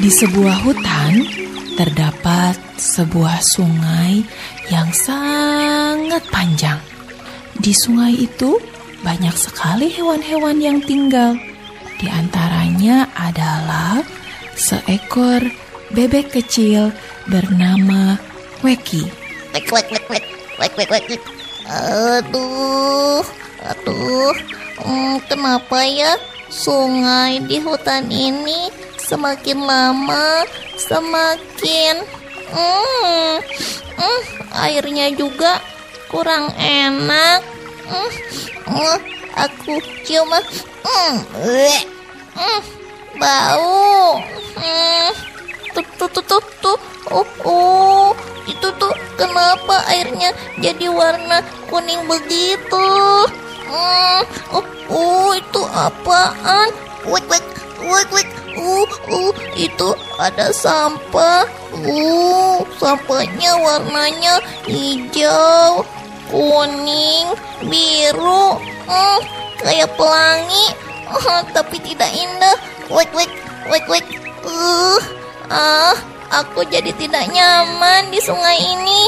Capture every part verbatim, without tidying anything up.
Di sebuah hutan terdapat sebuah sungai yang sangat panjang. Di sungai itu banyak sekali hewan-hewan yang tinggal. Di antaranya adalah seekor bebek kecil bernama Weki. Wek, wek, wek, wek, wek, wek, wek, wek. Aduh, aduh, hmm, kenapa ya sungai di hutan ini semakin lama semakin hmm, hmm, airnya juga kurang enak. Hmm, hmm, aku cium, hmm, bleh, hmm, bau. Hmm, tuh, tuh, tuh, tuh, tuh. Oh, oh, itu tuh kenapa airnya jadi warna kuning begitu? Hmm, oh, oh, itu apaan? Wek, wek, wek, wek. Uh, uh, itu ada sampah. Uh, sampahnya warnanya hijau, kuning, biru, hmm, kayak pelangi, uh, tapi tidak indah. Wek, wek, wek, wek. Uh, ah, aku jadi tidak nyaman di sungai ini.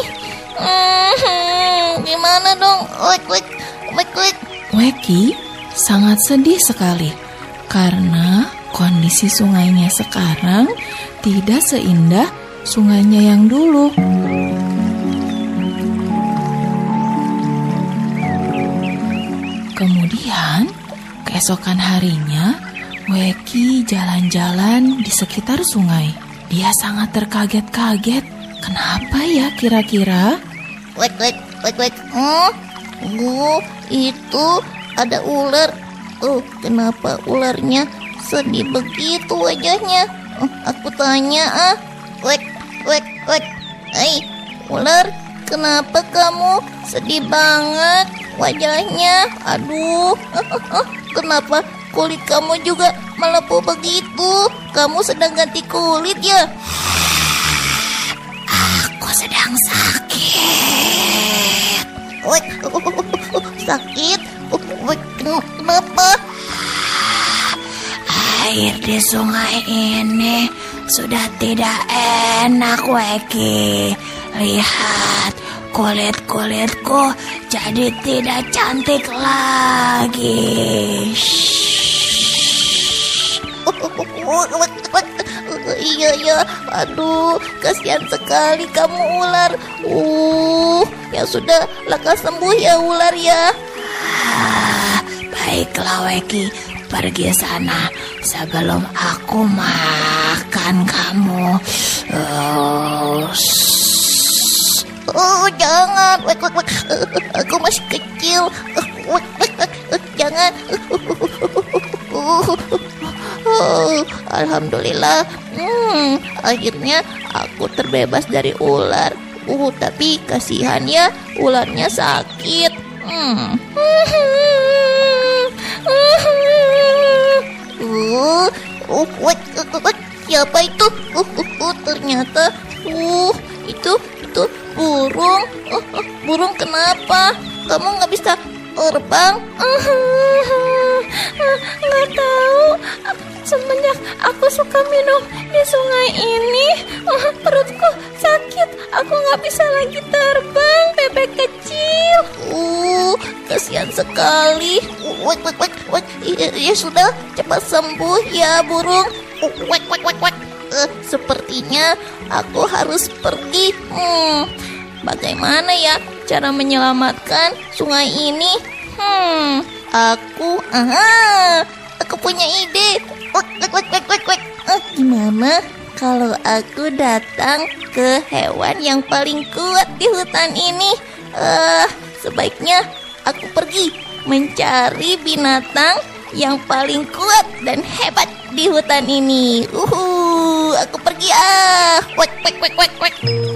Hmm, gimana dong? Wek, wek, wek, wek. Weki sangat sedih sekali karena kondisi sungainya sekarang tidak seindah sungainya yang dulu. Kemudian, keesokan harinya, Weki jalan-jalan di sekitar sungai. Dia sangat terkaget-kaget. Kenapa ya kira-kira? Wek, wek, wek, wek. Hmm? Oh, itu ada ular. Oh, kenapa ularnya sedih begitu wajahnya? Oh, aku tanya ah. Wek, wek, wek. Hei, ular, kenapa kamu sedih banget wajahnya? Aduh, kenapa kulit kamu juga melepuh begitu? Kamu sedang ganti kulit ya? Aku sedang sakit. Wek, sakit? Wek, kenapa? Air di sungai ini sudah tidak enak, Weki. Lihat, kulit-kulitku jadi tidak cantik lagi. Iya ya, aduh, kasihan sekali kamu ular. Uh, ya sudah, lekas sembuh ya ular ya. Ah, baiklah Weki, pergi sana sebelum aku makan kamu. Oh, oh jangan, wek, wek, wek. Aku masih kecil. Wek, wek, wek. Jangan. Oh, alhamdulillah. Hmm, akhirnya aku terbebas dari ular. Uh, tapi kasihan ya, ularnya sakit. Hmm. Uh, uh, wek, wek. Siapa itu? Uh, uh, uh, ternyata, uh, itu, itu burung. Uh, uh, burung kenapa? Kamu nggak bisa terbang? Nggak tahu. Semenjak aku suka minum di sungai ini, uh, perutku sakit. Aku nggak bisa lagi terbang, bebek kecil. Uh, kasihan sekali. Wek, wek, wek, wek. Ya, ya sudah, cepat sembuh ya burung. Uh, wek, wek, wek, wek. Uh, sepertinya aku harus pergi. Hmm, bagaimana ya cara menyelamatkan sungai ini? Hmm, aku, aha, aku punya ide. Wek, wek, wek, wek, wek, wek. Uh, gimana kalau aku datang ke hewan yang paling kuat di hutan ini? Uh, sebaiknya aku pergi mencari binatang yang paling kuat dan hebat di hutan ini. Uhu, aku pergi ah. Wek, wek, wek, wek, wek.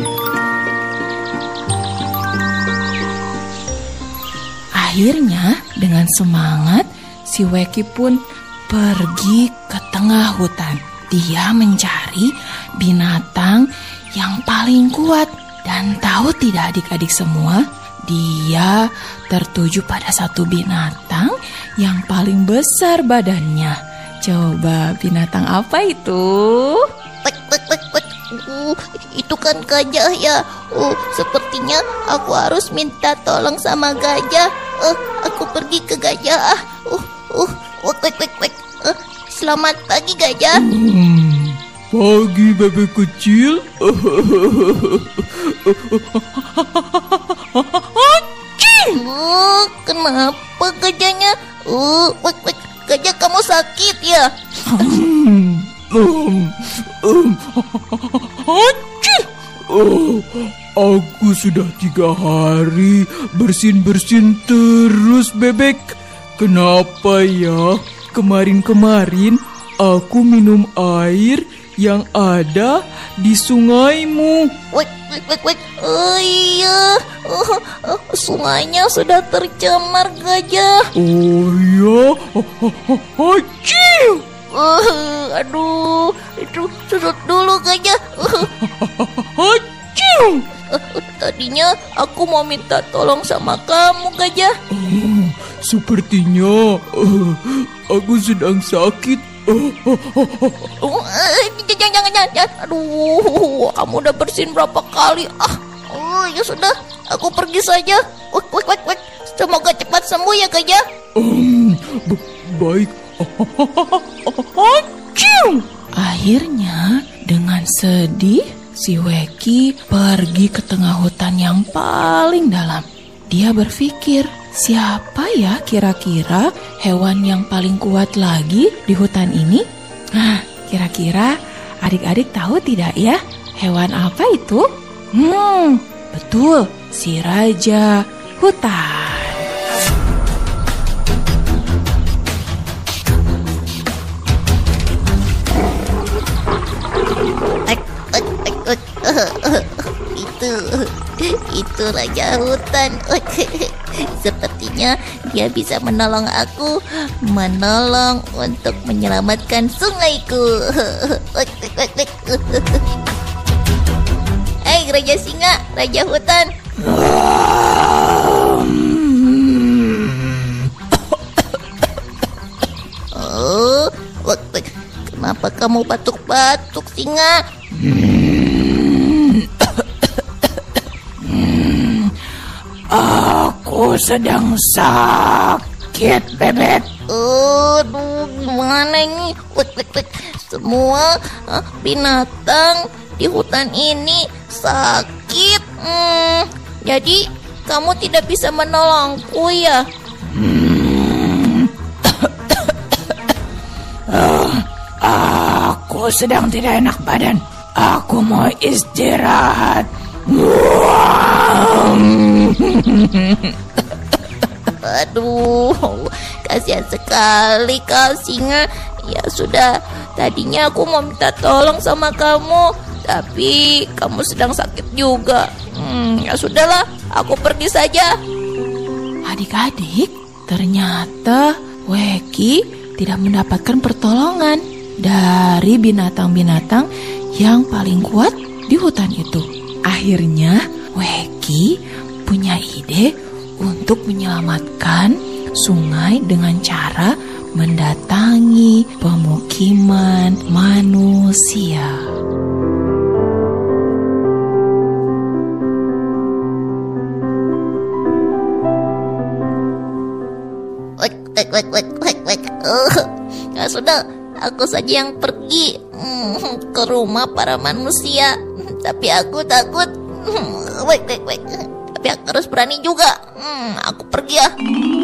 Akhirnya dengan semangat si Weki pun pergi ke tengah hutan. Dia mencari binatang yang paling kuat. Dan tahu tidak adik-adik semua, dia tertuju pada satu binatang yang paling besar badannya. Coba binatang apa itu? wek, wek, wek, wek. Uh, itu kan gajah ya. Uh, sepertinya aku harus minta tolong sama gajah. Uh, aku pergi ke gajah. Uh, uh, wek, wek, wek, wek. Uh, selamat pagi gajah. Hmm, pagi bebek kecil. Uh, kenapa gajahnya? Uh, wek, wek. Gajah kamu sakit ya? Hmm, um, um, oh, aku sudah tiga hari bersin-bersin terus bebek. Kenapa ya? Kemarin-kemarin aku minum air yang ada di sungaimu. Wek, wek, wek, wek. Oh iya, uh, uh, sungainya sudah tercemar gajah. Oh ya, Haji. Uh, aduh, itu sudut dulu gajah. Uh, Haji. uh, tadinya aku mau minta tolong sama kamu gajah. Oh, sepertinya uh, aku sedang sakit. Uh, uh, jangan, jangan, jangan. Aduh, kamu udah bersin berapa kali? Ah, oh ya sudah, aku pergi saja. Wek, wek, wek, wek. Semoga cepat sembuh ya gajah. Um, b- baik. Akhirnya dengan sedih si Weki pergi ke tengah hutan yang paling dalam. Dia berpikir, siapa ya kira-kira hewan yang paling kuat lagi di hutan ini? Nah, kira-kira adik-adik tahu tidak ya hewan apa itu? Hmm, betul, si raja hutan. Itu, itu raja hutan. Sepertinya dia bisa menolong aku, menolong untuk menyelamatkan sungaiku. Hei raja singa, raja hutan. Oh, kenapa kamu batuk-batuk singa? Aku sedang sakit, bebek. Aduh, gimana ini? Wek, wek, wek. Semua uh, binatang di hutan ini sakit. Hmm, jadi kamu tidak bisa menolongku ya? Hmm. uh, aku sedang tidak enak badan. Aku mau istirahat. Aduh, kasihan sekali kau singa. Ya sudah, tadinya aku mau minta tolong sama kamu, tapi kamu sedang sakit juga. Hmm, ya sudahlah, aku pergi saja. Adik-adik, ternyata Weki tidak mendapatkan pertolongan dari binatang-binatang yang paling kuat di hutan itu. Akhirnya Weki punya ide untuk menyelamatkan sungai dengan cara mendatangi pemukiman manusia. Wek, wek, wek, wek, wek, wek. Oh, ya sudah, aku saja yang pergi hmm, ke rumah para manusia. Tapi aku takut. Hmm, wek, wek, wek. Tapi aku harus berani juga. Hmm, aku pergi ya.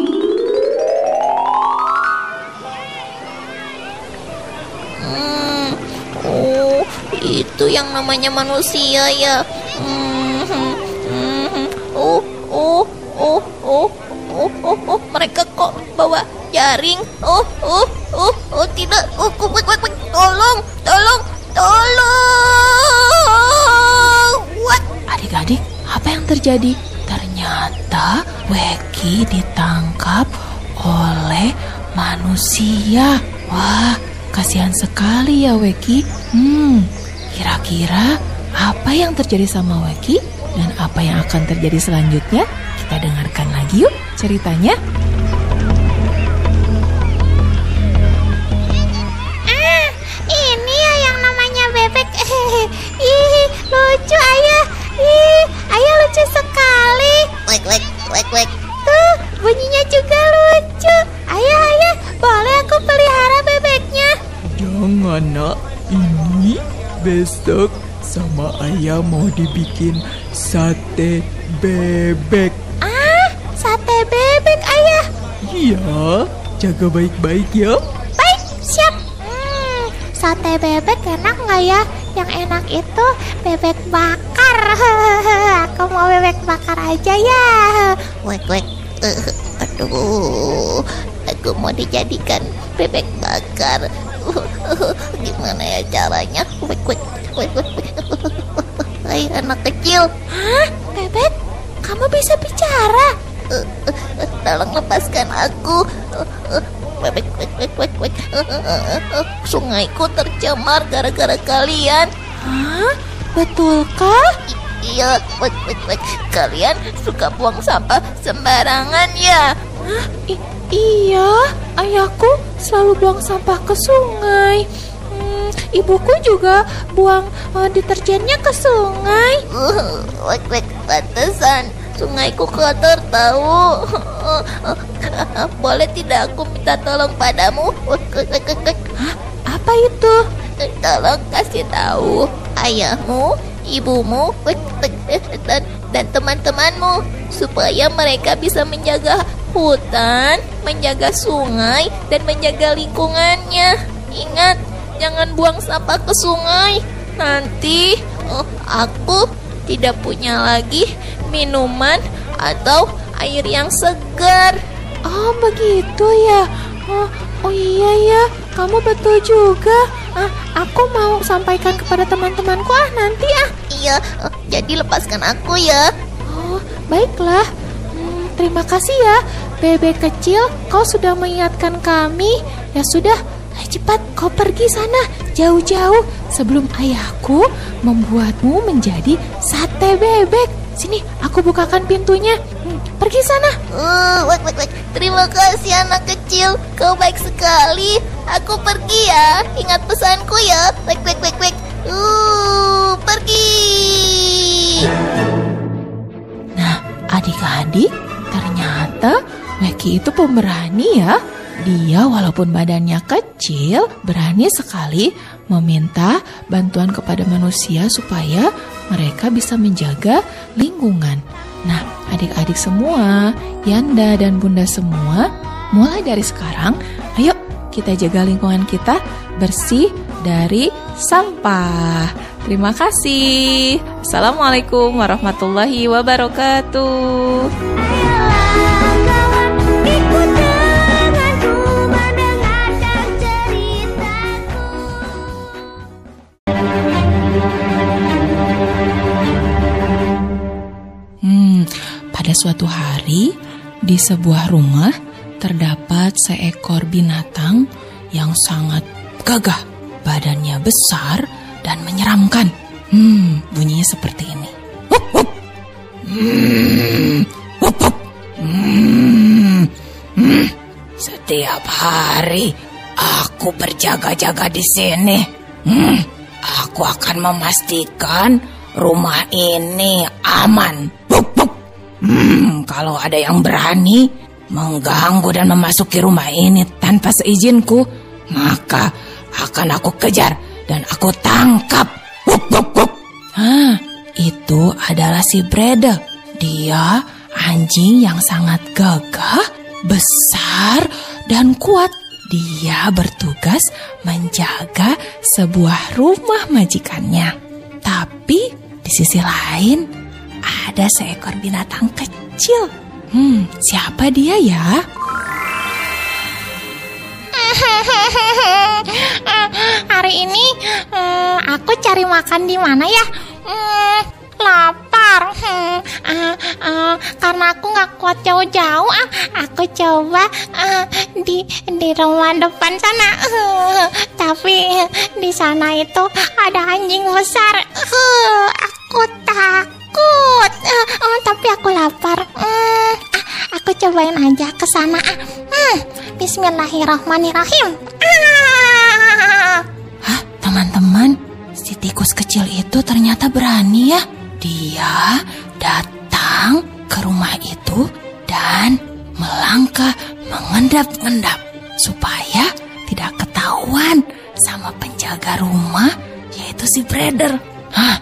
Hmm, oh, itu yang namanya manusia ya. Hmm, hmm, hmm, oh, oh, oh, oh, oh, oh, oh, mereka kok bawa jaring? Oh, oh, oh, oh, tidak. Oh, wek, wek, wek. Tolong, tolong, tolong. What? Adik-adik, apa yang terjadi? Ternyata Weki ditangkap oleh manusia. Wah, kasihan sekali ya Weki. Hmm, kira-kira apa yang terjadi sama Weki dan apa yang akan terjadi selanjutnya? Kita dengarkan lagi yuk ceritanya. Ah, ini ya yang namanya bebek wek, wek, wek, wek. Tuh, bunyinya juga lucu. Ayah, ayah, boleh aku pelihara bebeknya? Jangan nak, ini besok sama ayah mau dibikin sate bebek. Ah, sate bebek, ayah. Iya, jaga baik-baik ya. Baik, siap. Hmm, sate bebek enak nggak ya? Yang enak itu bebek bakar. Aku mau bebek bakar aja ya. Wek, wek. Uh, aduh, aku mau dijadikan bebek bakar. Uh, uh, gimana ya caranya? Wek, wek, wek, wek. Hai anak kecil. Hah, bebek? Kamu bisa bicara? Uh, uh, uh, tolong lepaskan aku. Uh, uh, Wek, wek, wek, wek, wek. Uh, uh, uh, uh, sungaiku tercemar gara-gara kalian. Hah? Betulkah? I- iya, wek, wek, wek. Kalian suka buang sampah sembarangan ya? Hah? I- iya, ayahku selalu buang sampah ke sungai. Hmm, ibuku juga buang uh, deterjennya ke sungai. Uh, wek, wek, pantesan sungaiku kotor tahu. Boleh tidak aku minta tolong padamu? Wek, wek, wek, wek, wek. Hah? Apa itu? Tolong kasih tahu ayahmu, ibumu, wek, wek, dan, dan teman-temanmu supaya mereka bisa menjaga hutan, menjaga sungai, dan menjaga lingkungannya. Ingat, jangan buang sampah ke sungai. Nanti oh, aku tidak punya lagi minuman atau air yang segar. Oh, begitu ya. Oh, oh iya ya, kamu betul juga. Ah, aku mau sampaikan kepada teman-temanku ah nanti ah. Iya, oh, jadi lepaskan aku ya. Oh, baiklah. Hmm, terima kasih ya, bebek kecil. Kau sudah mengingatkan kami. Ya sudah, ayo cepat kau pergi sana jauh-jauh sebelum ayahku membuatmu menjadi sate bebek. Sini, aku bukakan pintunya. Hmm, pergi sana. Uh, wek, wek, wek. Terima kasih anak kecil, kau baik sekali. Aku pergi ya, ingat pesanku ya. Wek, wek, wek, wek. Uh, pergi. Nah, adik-adik, ternyata Weki itu pemberani ya. Dia walaupun badannya kecil, berani sekali meminta bantuan kepada manusia supaya mereka bisa menjaga lingkungan. Nah, adik-adik semua, Yanda dan Bunda semua, mulai dari sekarang, ayo kita jaga lingkungan kita bersih dari sampah. Terima kasih. Assalamualaikum warahmatullahi wabarakatuh. Pada suatu hari, di sebuah rumah terdapat seekor binatang yang sangat gagah. Badannya besar dan menyeramkan. Hmm, bunyinya seperti ini. Wup, wup. Hmm, wup, wup. Hmm, hmm. Setiap hari aku berjaga-jaga di sini. Hmm, aku akan memastikan rumah ini aman. Wup, wup. Hmm, kalau ada yang berani mengganggu dan memasuki rumah ini tanpa seizinku, maka akan aku kejar dan aku tangkap. Wup, wup, wup. Hah, itu adalah si Brede. Dia anjing yang sangat gagah, besar, dan kuat. Dia bertugas menjaga sebuah rumah majikannya. Tapi di sisi lain ada seekor binatang kecil. Hmm, siapa dia ya? Hari ini hmm, aku cari makan di mana ya? Hmm, lapar. Hmm, uh, uh, karena aku nggak kuat jauh-jauh, uh, aku coba uh, di di rumah depan sana. Uh, tapi di sana itu ada anjing besar. Uh, aku takut. Uh, uh, tapi aku lapar. Uh, uh, aku cobain aja ke sana. Uh, uh, Bismillahirrahmanirrahim. Uh. Hah, teman-teman, si tikus kecil itu ternyata berani ya. Dia datang ke rumah itu dan melangkah mengendap-endap supaya tidak ketahuan sama penjaga rumah, yaitu si Brother. Hah?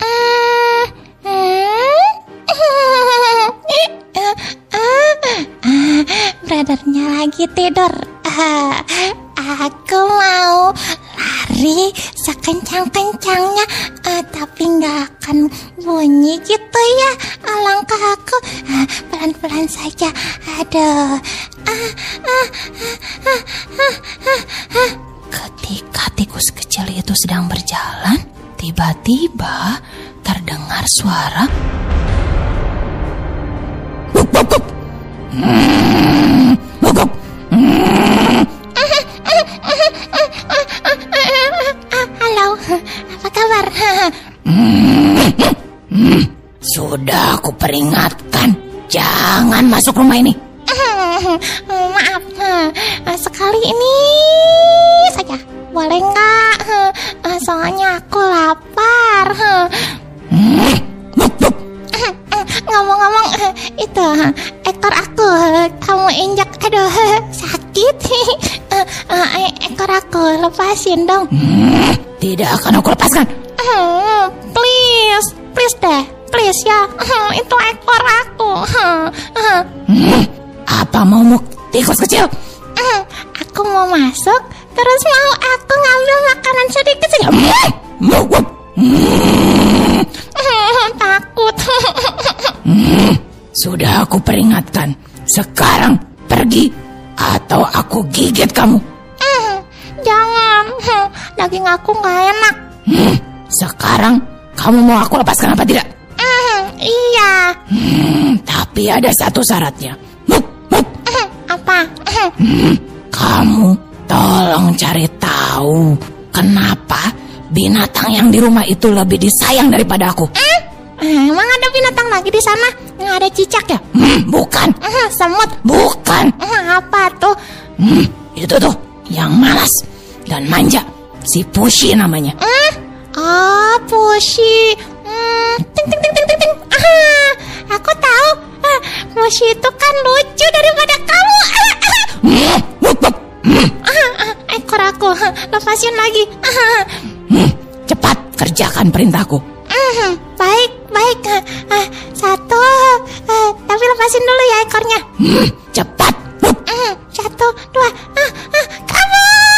Brothernya lagi tidur. Ah, aku mau lari sekencang-kencangnya, ah, tapi nggak akan bunyi gitu ya. Langkah aku ah, pelan-pelan saja. Aduh. Ah, ah, ah, ah, ah, ah. Ketika tikus kecil itu sedang berjalan, tiba-tiba terdengar suara halo, apa kabar? Sudah aku peringatkan, jangan masuk rumah ini. Maaf, sekali ini saja, boleh nggak? Soalnya aku lapar. Ngomong-ngomong, itu ekor aku kamu injak, aduh sakit. Ekor aku lepasin dong. Tidak akan aku lepaskan. Please, please deh, please ya. Itu ekor aku. Apa maumu, tikus kecil? Aku mau masuk, terus mau aku ngambil makanan sedikit saja. Takut. Sudah aku peringatkan. Sekarang pergi atau aku gigit kamu. Jangan, daging aku nggak enak. Sekarang kamu mau aku lepaskan apa tidak? Iya. Hmm, tapi ada satu syaratnya. Apa? Kamu tolong cari tahu kenapa binatang yang di rumah itu lebih disayang daripada aku. Emang ada binatang lagi di sana? Nggak ada cicak ya? Hmm, bukan. Semut? Bukan. Apa tuh? Hmm, itu tuh yang malas dan manja. Si Pushy namanya. Oh, Pushy. Hmm, ting ting ting ting ting ting. Ah, aku tahu. Ah, Pushy itu kan lucu daripada kamu. Hmm, Ah, ah, ekor aku, lepasin lagi. Ah, hmm, cepat kerjakan perintahku. ah, baik, baik. Ah, ah, satu, ah, tapi lepasin dulu ya ekornya. Hmm, cepat. Ah, satu, dua, ah, ah, kabur.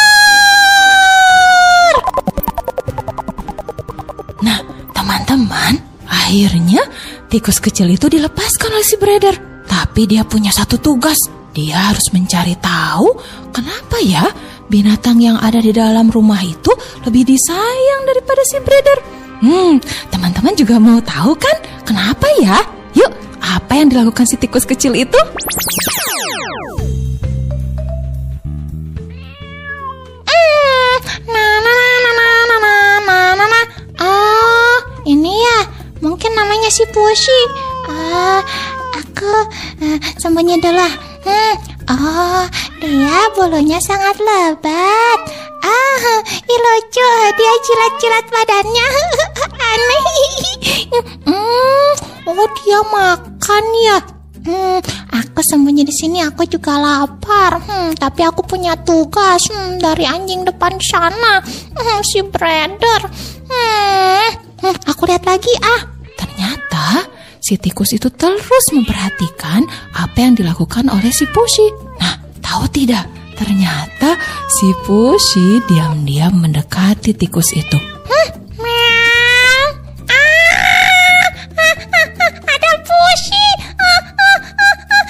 Nah, teman-teman, akhirnya tikus kecil itu dilepaskan oleh si Brother. Tapi dia punya satu tugas. Dia harus mencari tahu kenapa ya binatang yang ada di dalam rumah itu lebih disayang daripada si Brother. Hmm, teman-teman juga mau tahu kan kenapa ya? Yuk, apa yang dilakukan si tikus kecil itu? Nah, nah, nah, nah, nah, nah, nah, nah, nah. Oh, ini ya, mungkin namanya si Pushy. Ah, aku uh, sembunyi dulu. Hmm, oh, dia bulunya sangat lebat. Ah, ih, lucu, dia jilat-jilat badannya. Aneh. Hmm, oh, dia makan ya. Hmm, aku sembunyi di sini, aku juga lapar. Hmm, tapi aku punya tugas hmm, dari anjing depan sana. Hmm, si Brother. Hmm, hmm, aku lihat lagi ah. Ternyata si tikus itu terus memperhatikan apa yang dilakukan oleh si Pushy. Nah, tahu tidak? Ternyata si Pushy diam-diam mendekati tikus itu. Hmm, meow. Ah, ah, ah, ah, ada Pushy. Ah, ah, ah, ah,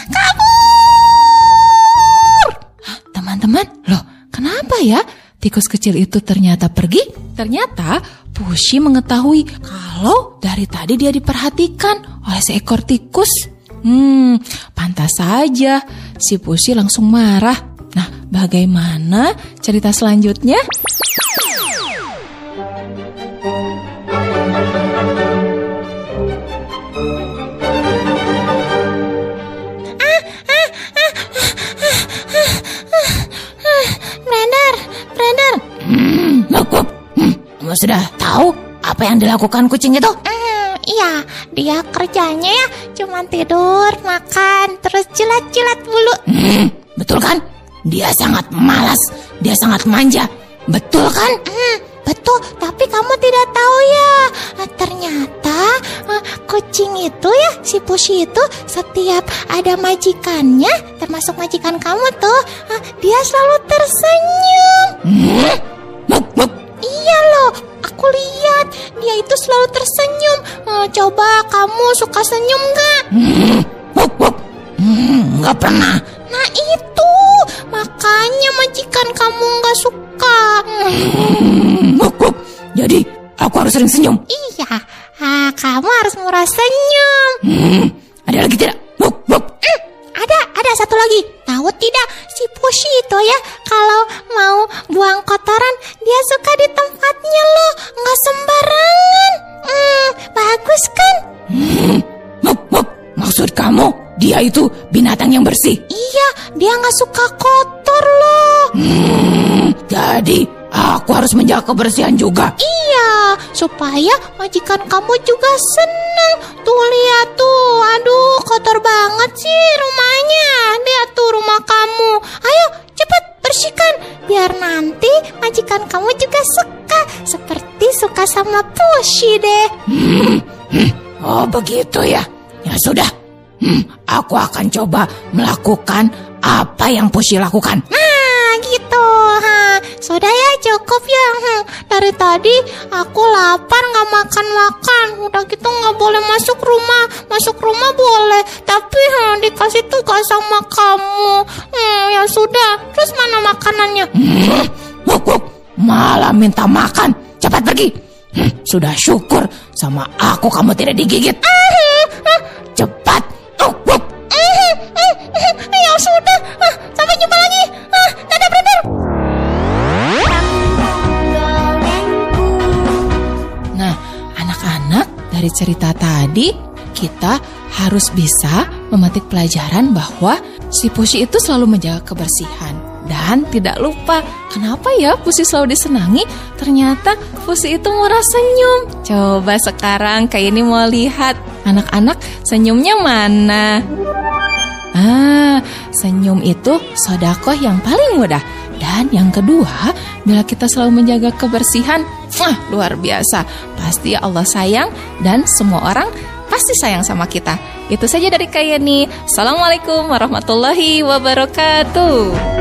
kabur. Teman-teman, loh, kenapa ya tikus kecil itu ternyata pergi? Ternyata Pushy mengetahui kalau dari tadi dia diperhatikan oleh seekor tikus. Hmm, pantas saja si Pushy langsung marah. Nah, bagaimana cerita selanjutnya? Brother, Brother. Hmm, aku, hmm, kamu sudah tahu apa yang dilakukan kucing itu? Hmm, Iya, dia kerjanya ya cuman tidur, makan, terus jilat-jilat bulu. Hmm, betul kan? Dia sangat malas, dia sangat manja. Betul kan? Hmm, betul, tapi kamu tidak tahu ya. Nah, ternyata uh, kucing itu ya, si Pushi itu setiap ada majikannya, termasuk majikan kamu tuh, uh, dia selalu tersenyum. Hmm? Wuk, wuk. Iya loh, aku lihat dia itu selalu tersenyum. Uh, coba kamu suka senyum nggak? Hmm, wuk, wuk. Hmm, nggak pernah. Nah itu, makanya majikan kamu nggak suka. Hmm, wuk, wuk. Jadi aku harus sering senyum. Iya, ah, kamu harus murah senyum. Hmm, ada lagi tidak? Wuk, wuk. Hmm, ada, ada satu lagi. Tahu tidak, si Pushi itu ya, kalau mau buang kotoran, dia suka di tempatnya loh, nggak sembarangan. Hmm, bagus kan? Hmm, wuk, wuk. Maksud kamu, dia itu binatang yang bersih? Iya, dia nggak suka kotor loh. Hmm, jadi aku harus menjaga kebersihan juga. Iya, supaya majikan kamu juga senang. Tuh lihat tuh, aduh kotor banget sih rumahnya. Lihat tuh rumah kamu. Ayo cepat bersihkan, biar nanti majikan kamu juga suka, seperti suka sama Pushi deh. Hmm, hmm. Oh begitu ya. Ya sudah, hmm, aku akan coba melakukan apa yang Pushi lakukan. Nah gitu, ha. Sudah ya cukup ya. Hmm. Dari tadi aku lapar nggak makan-makan. Udah gitu nggak boleh masuk rumah. Masuk rumah boleh, tapi hmm, dikasih tugas sama kamu. Hmm, ya sudah. Terus mana makanannya? Hmm, wuk, wuk. Malah minta makan. Cepat pergi. Hmm, sudah syukur sama aku kamu tidak digigit. Cepat. Wuk, wuk. Ya sudah. Ah, sampai jumpa lagi. Ah, dadah brother. Nah, anak-anak, dari cerita tadi kita harus bisa memetik pelajaran bahwa si Pushi itu selalu menjaga kebersihan. Dan tidak lupa, kenapa ya Pushi selalu disenangi? Ternyata Pushi itu murah senyum. Coba sekarang kayak ini mau lihat anak-anak senyumnya mana? Ah, senyum itu sedekah yang paling mudah. Dan yang kedua, bila kita selalu menjaga kebersihan, wah luar biasa. Pasti Allah sayang dan semua orang pasti sayang sama kita. Itu saja dari Kak Yeni. Assalamualaikum warahmatullahi wabarakatuh.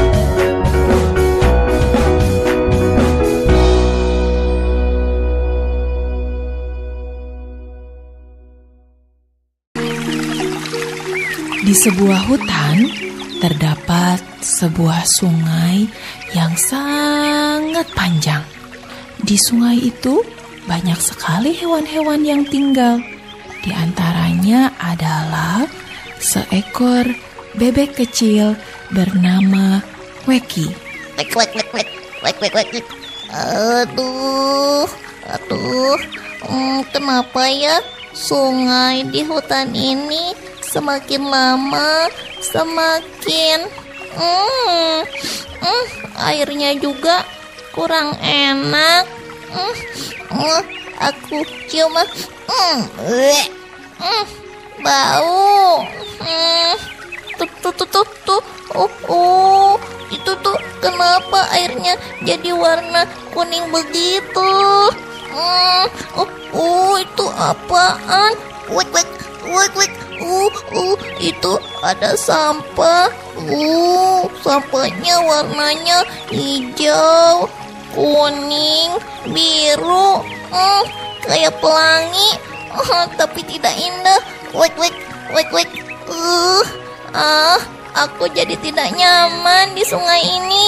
Di sebuah hutan terdapat sebuah sungai yang sangat panjang. Di sungai itu banyak sekali hewan-hewan yang tinggal. Di antaranya adalah seekor bebek kecil bernama Weki. Wek, wek, wek, wek, wek, wek, wek, wek. Aduh, aduh, hmm, kenapa ya sungai di hutan ini semakin lama semakin hmm, hmm, airnya juga kurang enak. Hmm, hmm, aku cium, hmm, bleh, hmm, bau. Hmm, tuh, tuh, tuh, tuh, tuh. Oh, oh, itu tuh kenapa airnya jadi warna kuning begitu? Hmm, oh, oh, itu apaan? Wek, wek, wek, wek. Uh, uh, itu ada sampah. Uh, sampahnya warnanya hijau, kuning, biru, hmm, kayak pelangi, uh, tapi tidak indah. Wek, wek, wek, wek. Uh, ah, aku jadi tidak nyaman di sungai ini.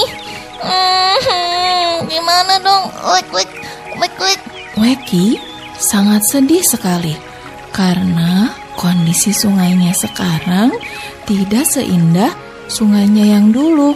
Hmm, gimana dong? Wek, wek, wek, wek. Weki sangat sedih sekali karena kondisi sungainya sekarang tidak seindah sungainya yang dulu.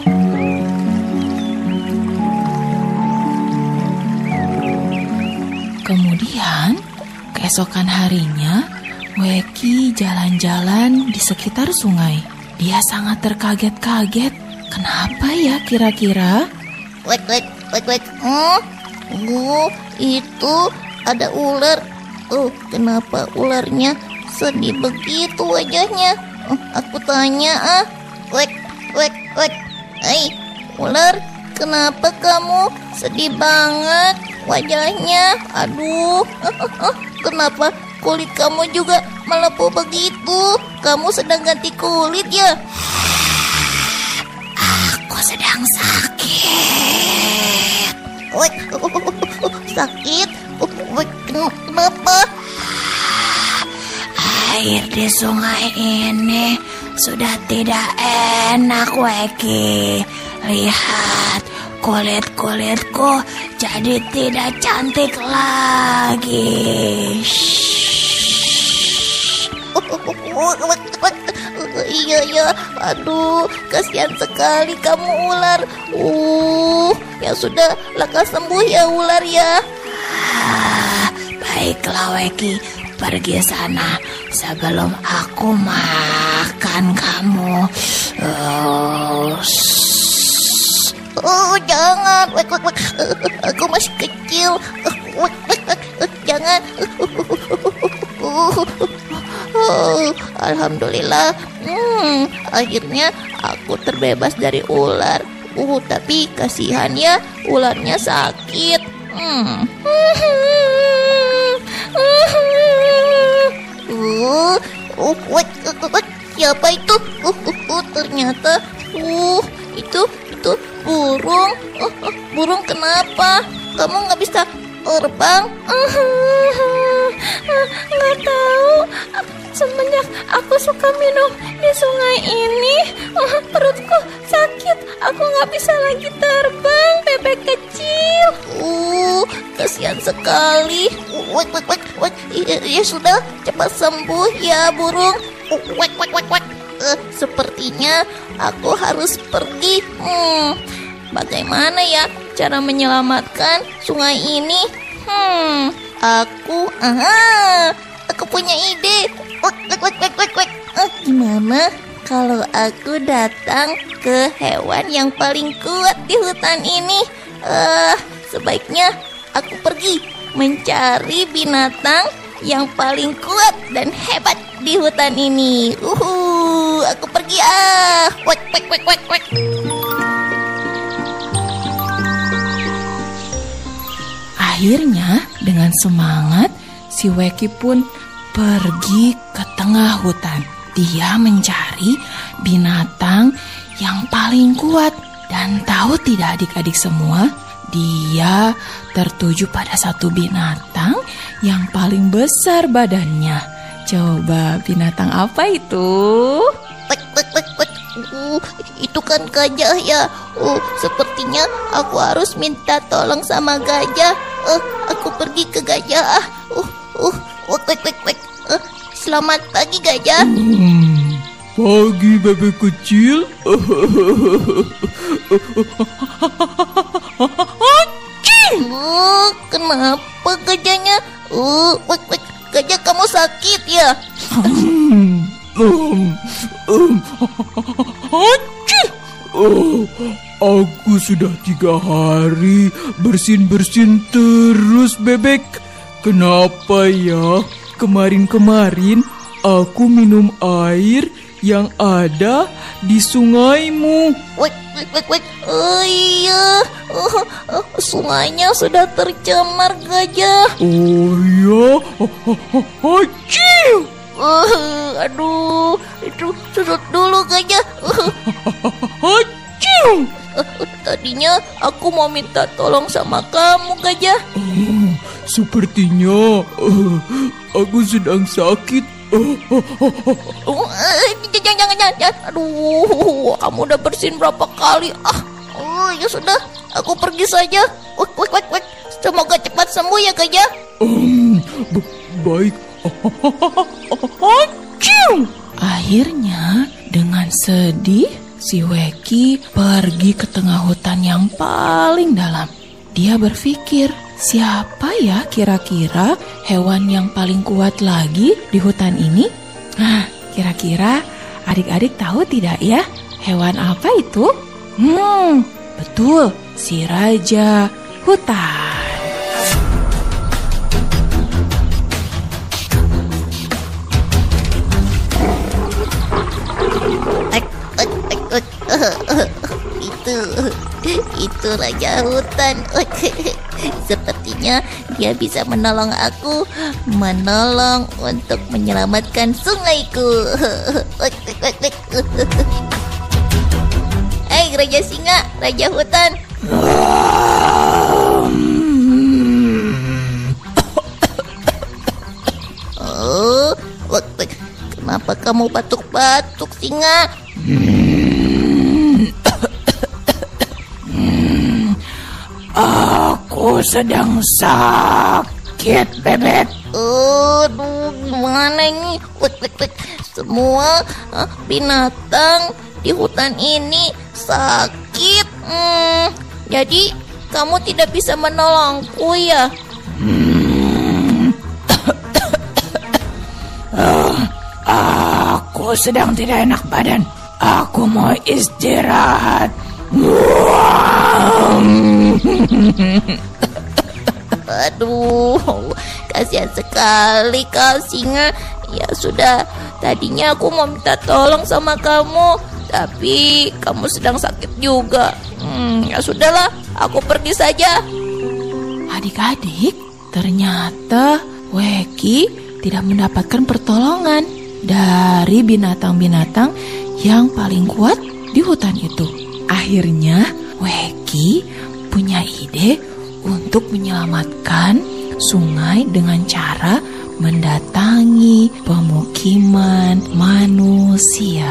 Kemudian keesokan harinya Weki jalan-jalan di sekitar sungai. Dia sangat terkaget-kaget. Kenapa ya kira-kira? Wek, wek, wek, wek. Hmm, uh, itu ada ular. Oh, kenapa ularnya sedih begitu wajahnya? Oh, aku tanya ah. Wek, wek, wek. Hei, ular, kenapa kamu sedih banget wajahnya? Aduh, kenapa kulit kamu juga melepuh begitu? Kamu sedang ganti kulit ya? Aku sedang sakit. Wek, sakit? Wek, kenapa? Air di sungai ini sudah tidak enak, Weki. Lihat, kulit-kulitku jadi tidak cantik lagi. Iya ya, aduh, kasihan sekali kamu ular. Uh, ya sudah, lekas sembuh ya ular ya. Ah, baiklah, Weki. Pergi sana sebelum aku makan kamu. Oh, oh jangan, wek, wek, wek. Aku masih kecil. Wek, wek, wek. Jangan. Oh, alhamdulillah. Hmm, akhirnya aku terbebas dari ular. Uh, tapi kasihan ya, ularnya sakit. Hmm. Uh, uh, wek, wek, siapa itu? Uh, uh, uh, ternyata, uh, itu, itu burung. Uh, uh, burung kenapa? Kamu nggak bisa terbang? Nggak tahu. Semenjak aku suka minum di sungai ini, uh, perutku sakit. Aku nggak bisa lagi terbang, bebek kecil. Uh, kasihan sekali. Uh, wek, wek, wek, wek. Ya, ya sudah, cepat sembuh ya burung. Uh, wek, wek, wek, wek. Uh, sepertinya aku harus pergi. Hmm, bagaimana ya cara menyelamatkan sungai ini? Hmm, aku, aha, aku punya ide. Wek, wek, wek, wek, wek, wek. Uh, gimana kalau aku datang ke hewan yang paling kuat di hutan ini? Uh, sebaiknya aku pergi mencari binatang yang paling kuat dan hebat di hutan ini. Uhu, aku pergi ah. Wek, wek, wek, wek, wek. Akhirnya dengan semangat si Weki pun pergi ke tengah hutan. Dia mencari binatang yang paling kuat. Dan tahu tidak adik-adik semua, dia tertuju pada satu binatang yang paling besar badannya. Coba binatang apa itu? Wek, wek, wek, wek. Uh, itu kan gajah ya. Uh, sepertinya aku harus minta tolong sama gajah. Uh, aku pergi ke gajah. Uh, uh, wek, wek, wek, wek. Uh, selamat pagi gajah. Hmm, pagi bebek kecil. Uh, kenapa gajahnya? Uh, wek, wek. Gajah kamu sakit ya? Hmm, um, um, oh, aku sudah tiga hari bersin-bersin terus bebek. Kenapa ya? Kemarin-kemarin aku minum air yang ada di sungaimu. Wek, wek, wek, wek. Oh iya, uh, uh, sungainya sudah tercemar gajah. Oh iya, Haciu. Uh, aduh, itu susut dulu gajah. Uh, Haciu. uh, tadinya aku mau minta tolong sama kamu gajah. Oh, sepertinya uh, aku sedang sakit. Uh, uh, uh, uh. Uh, jangan, jangan, jangan, jangan. Aduh, kamu udah bersin berapa kali? Ah, oh ya sudah, aku pergi saja. Wek, wek, wek, wek. Semoga cepat sembuh ya gajah. Um, b- baik. Akhirnya dengan sedih si Weki pergi ke tengah hutan yang paling dalam. Dia berpikir, siapa ya kira-kira hewan yang paling kuat lagi di hutan ini? Nah, kira-kira adik-adik tahu tidak ya hewan apa itu? Hmm, betul, si raja hutan. itu raja hutan. Sepertinya dia bisa menolong aku, menolong untuk menyelamatkan sungaiku. Hei Raja Singa, Raja Hutan. Oh, kenapa kamu batuk-batuk, Singa? Aku sedang sakit, Bebek. Aduh, gimana ini? Semua uh, binatang di hutan ini sakit. Hmm, jadi kamu tidak bisa menolongku ya? Hmm. uh, aku sedang tidak enak badan. Aku mau istirahat. Aduh, kasihan sekali kau, Singa. Ya sudah, tadinya aku mau minta tolong sama kamu, tapi kamu sedang sakit juga. Hmm, ya sudahlah, aku pergi saja. Adik-adik, ternyata Weki tidak mendapatkan pertolongan dari binatang-binatang yang paling kuat di hutan itu. Akhirnya Weki punya ide untuk menyelamatkan sungai dengan cara mendatangi pemukiman manusia.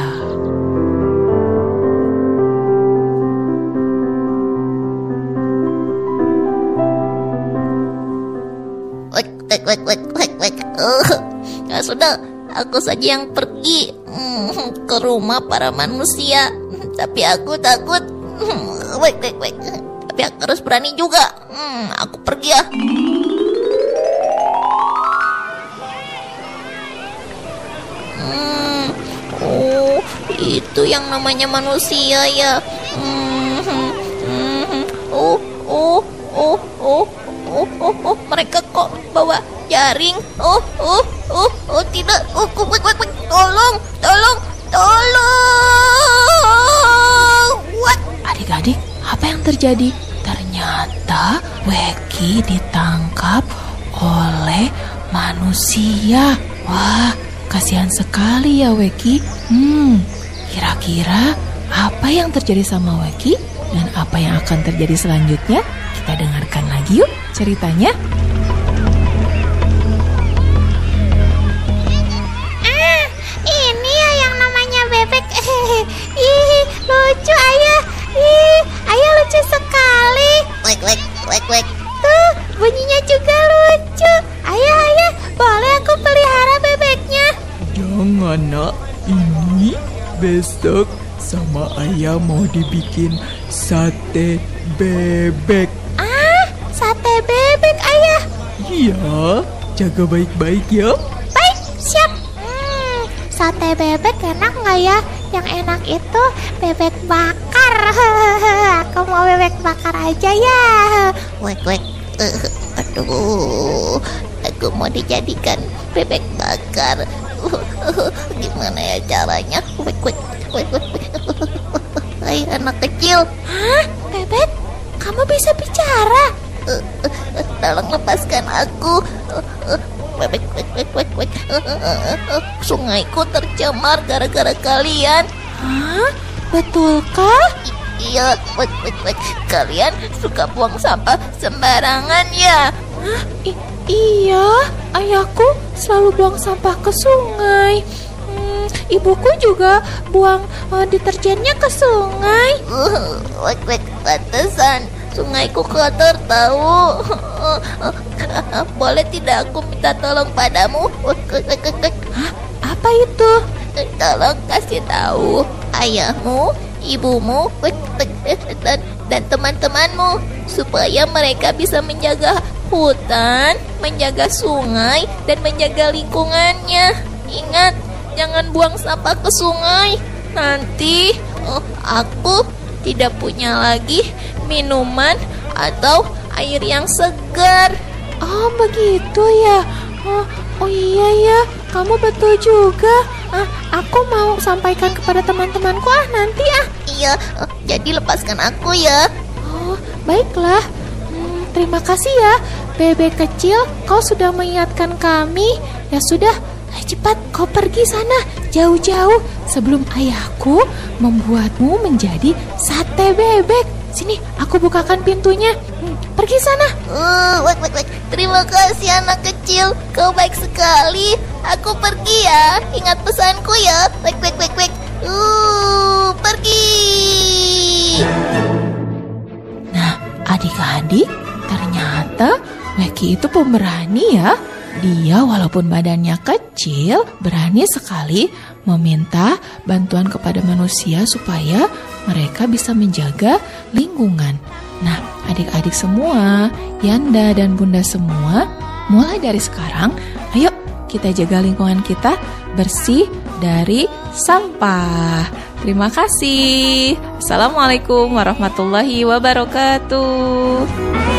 Wek, wek, wek, wek, wek, wek. Oh, ya sudah, aku saja yang pergi hmm, ke rumah para manusia. Tapi aku takut. Hmm, wek, wek, wek. Tapi aku harus berani juga. Hmm, aku pergi ya. Hmm, oh, itu yang namanya manusia ya. Hmm, hmm, hmm, oh, oh, oh, oh, oh, oh, oh, mereka kok bawa jaring? Oh, oh, oh, oh, tidak. Oh, wek, wek, wek. Tolong, tolong, tolong. What? Adik-adik, apa yang terjadi? Ternyata Weki ditangkap oleh manusia. Wah, kasihan sekali ya Weki. Hmm, kira-kira apa yang terjadi sama Weki dan apa yang akan terjadi selanjutnya? Kita dengarkan lagi yuk ceritanya. Ah, ini ya yang namanya Bebek. Ih, lucu ayah. Ih, ayah lucu sekali. Wek, wek, wek, wek. Tuh, bunyinya juga lucu. Ayah, ayah, boleh aku pelihara bebeknya? Jangan nak, ini besok sama ayah mau dibikin sate bebek. Ah, sate bebek ayah. Iya, jaga baik-baik ya. Baik, siap. Hmm, sate bebek enak nggak ya? Yang enak itu bebek bakar. Aku mau bebek bakar aja ya. Wek, wek. Uh, aduh, aku mau dijadikan bebek bakar. Uh, uh, gimana ya caranya? Wek, wek, wek, wek, wek. Hai anak kecil. Hah, Bebek? Kamu bisa bicara? Uh, uh, uh, tolong lepaskan aku. Uh, uh, wek, wek, wek, wek, wek. Uh, uh, uh, uh, sungaiku tercemar gara-gara kalian. Hah? Betulkah? Iya, wek, wek, wek. Kalian suka buang sampah sembarangan ya? Hah? I- iya, ayahku selalu buang sampah ke sungai. Hmm, ibuku juga buang uh, deterjennya ke sungai. Uh, wek, wek, pantesan sungaiku kotor tahu. Boleh tidak aku minta tolong padamu? Hah? Apa itu? Tolong kasih tahu ayahmu, ibumu, dan, dan teman-temanmu supaya mereka bisa menjaga hutan, menjaga sungai, dan menjaga lingkungannya. Ingat, jangan buang sampah ke sungai. Nanti oh, aku tidak punya lagi minuman atau air yang segar. Oh, begitu ya. Oh, oh iya ya, kamu betul juga. Ah, aku mau sampaikan kepada teman-temanku ah nanti ah. Iya, oh, jadi lepaskan aku ya. Oh, baiklah. Hmm, terima kasih ya, bebek kecil, kau sudah mengingatkan kami. Ya sudah, ayo cepat kau pergi sana, jauh-jauh sebelum ayahku membuatmu menjadi sate bebek. Sini, aku bukakan pintunya. Hmm, pergi sana. Uh, wait, wait, wait. Terima kasih anak kecil, kau baik sekali. Aku pergi ya, ingat pesanku ya. Wait, wait, wait, wait. Uh, pergi. Nah, adik-adik, ternyata Weki itu pemberani ya. Dia walaupun badannya kecil, berani sekali meminta bantuan kepada manusia supaya mereka bisa menjaga lingkungan. Nah, adik-adik semua, Yanda dan Bunda semua, mulai dari sekarang, ayo kita jaga lingkungan kita bersih dari sampah. Terima kasih. Assalamualaikum warahmatullahi wabarakatuh.